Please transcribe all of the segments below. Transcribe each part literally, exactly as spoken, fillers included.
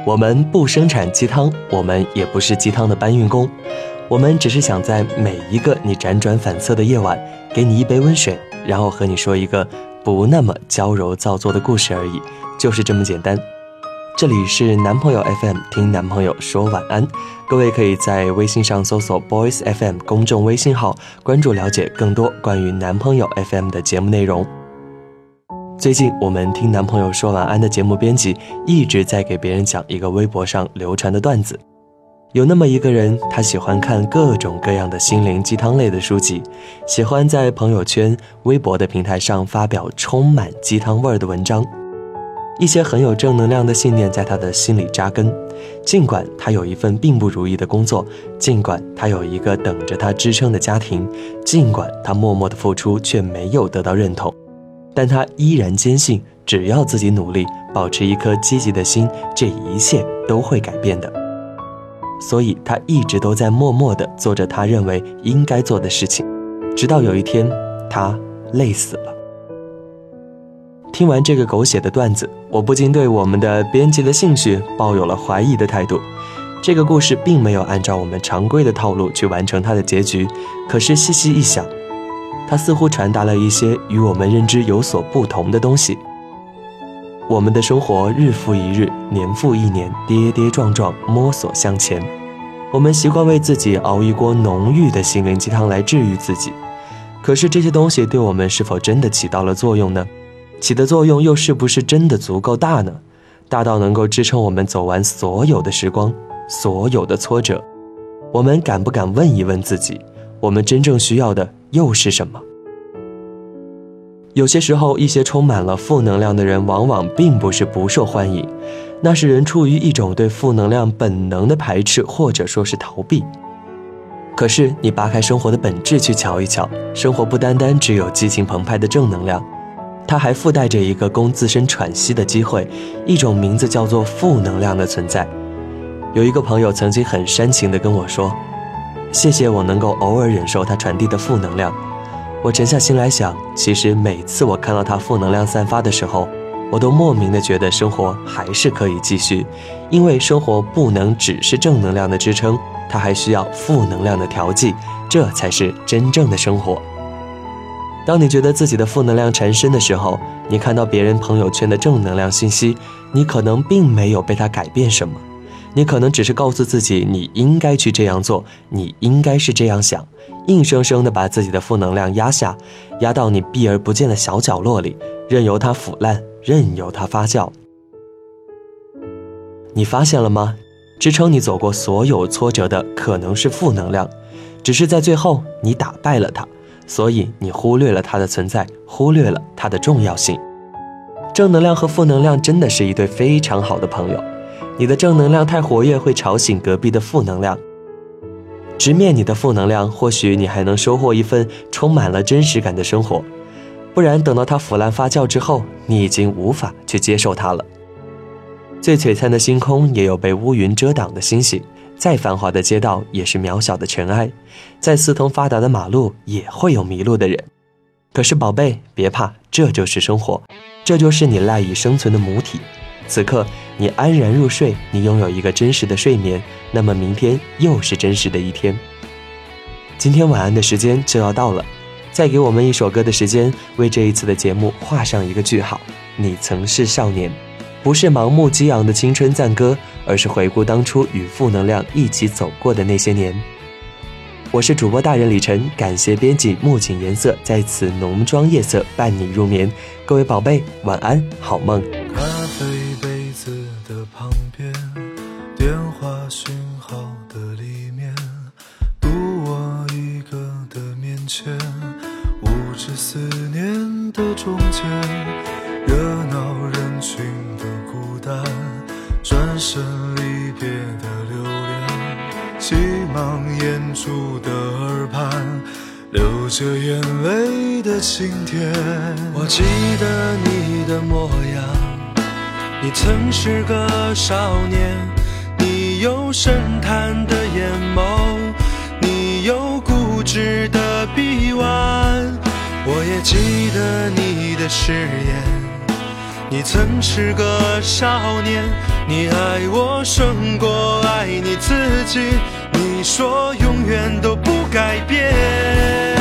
我们不生产鸡汤，我们也不是鸡汤的搬运工，我们只是想在每一个你辗转反侧的夜晚，给你一杯温水，然后和你说一个不那么娇柔造作的故事而已，就是这么简单。这里是男朋友 F M， 听男朋友说晚安。各位可以在微信上搜索 Boys F M 公众微信号，关注了解更多关于男朋友 F M 的节目内容。最近我们听男朋友说晚安的节目编辑一直在给别人讲一个微博上流传的段子。有那么一个人，他喜欢看各种各样的心灵鸡汤类的书籍，喜欢在朋友圈、微博的平台上发表充满鸡汤味儿的文章。一些很有正能量的信念在他的心里扎根，尽管他有一份并不如意的工作，尽管他有一个等着他支撑的家庭，尽管他默默的付出却没有得到认同，但他依然坚信，只要自己努力，保持一颗积极的心，这一切都会改变的。所以他一直都在默默地做着他认为应该做的事情，直到有一天他累死了。听完这个狗血的段子，我不禁对我们的编辑的兴趣抱有了怀疑的态度。这个故事并没有按照我们常规的套路去完成它的结局，可是细细一想，它似乎传达了一些与我们认知有所不同的东西。我们的生活日复一日，年复一年，跌跌撞撞，摸索向前。我们习惯为自己熬一锅浓郁的心灵鸡汤来治愈自己，可是这些东西对我们是否真的起到了作用呢？起的作用又是不是真的足够大呢？大到能够支撑我们走完所有的时光，所有的挫折。我们敢不敢问一问自己，我们真正需要的又是什么？有些时候，一些充满了负能量的人往往并不是不受欢迎，那是人出于一种对负能量本能的排斥，或者说是逃避。可是你扒开生活的本质去瞧一瞧，生活不单单只有激情澎湃的正能量，它还附带着一个供自身喘息的机会，一种名字叫做负能量的存在。有一个朋友曾经很煽情地跟我说，谢谢我能够偶尔忍受他传递的负能量。我沉下心来想，其实每次我看到他负能量散发的时候，我都莫名地觉得生活还是可以继续，因为生活不能只是正能量的支撑，它还需要负能量的调剂，这才是真正的生活。当你觉得自己的负能量缠身的时候，你看到别人朋友圈的正能量信息，你可能并没有被他改变什么，你可能只是告诉自己你应该去这样做，你应该是这样想，硬生生地把自己的负能量压下，压到你避而不见的小角落里，任由它腐烂，任由它发酵。你发现了吗？支撑你走过所有挫折的可能是负能量，只是在最后你打败了它，所以你忽略了它的存在，忽略了它的重要性。正能量和负能量真的是一对非常好的朋友，你的正能量太活跃会吵醒隔壁的负能量，直面你的负能量，或许你还能收获一份充满了真实感的生活，不然等到它腐烂发酵之后，你已经无法去接受它了。最璀璨的星空也有被乌云遮挡的星星，再繁华的街道也是渺小的尘埃，再四通发达的马路也会有迷路的人。可是宝贝，别怕，这就是生活，这就是你赖以生存的母体。此刻你安然入睡，你拥有一个真实的睡眠，那么明天又是真实的一天。今天晚安的时间就要到了，再给我们一首歌的时间，为这一次的节目画上一个句号。你曾是少年，不是盲目激昂的青春赞歌，而是回顾当初与负能量一起走过的那些年。我是主播大人李晨，感谢编辑木槿颜色在此浓妆夜色伴你入眠。各位宝贝，晚安，好梦。 咖啡杯子的旁边，电话讯号的里面，独我一个的面前，无知思念的中间，热闹人群的孤单，转身离别的留恋，急忙掩住的耳畔，流着眼泪的晴天。我记得你的模样，你曾是个少年，你有深潭的眼眸，你有固执的臂弯。我也记得你的誓言， 你曾是个少年，你爱我胜过爱你自己，你说永远都不改变。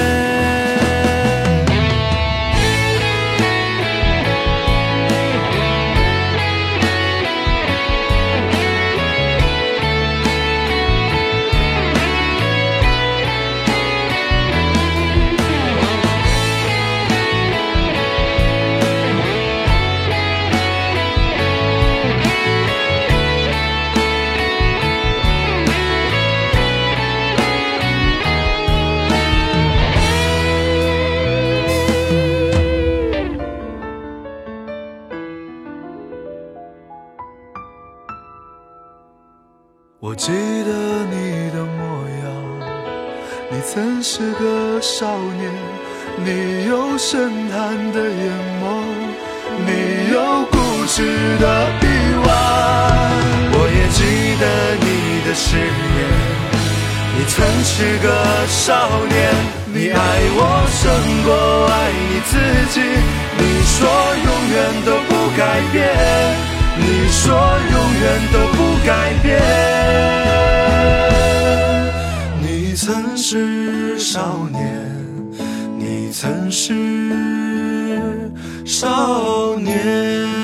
我记得你的模样，你曾是个少年，你有深潭的眼眸，你有固执的臂弯。我也记得你的誓言，你曾是个少年，你爱我胜过爱你自己，你说永远都不改变，你说永远都不改变。你曾是少年，你曾是少年。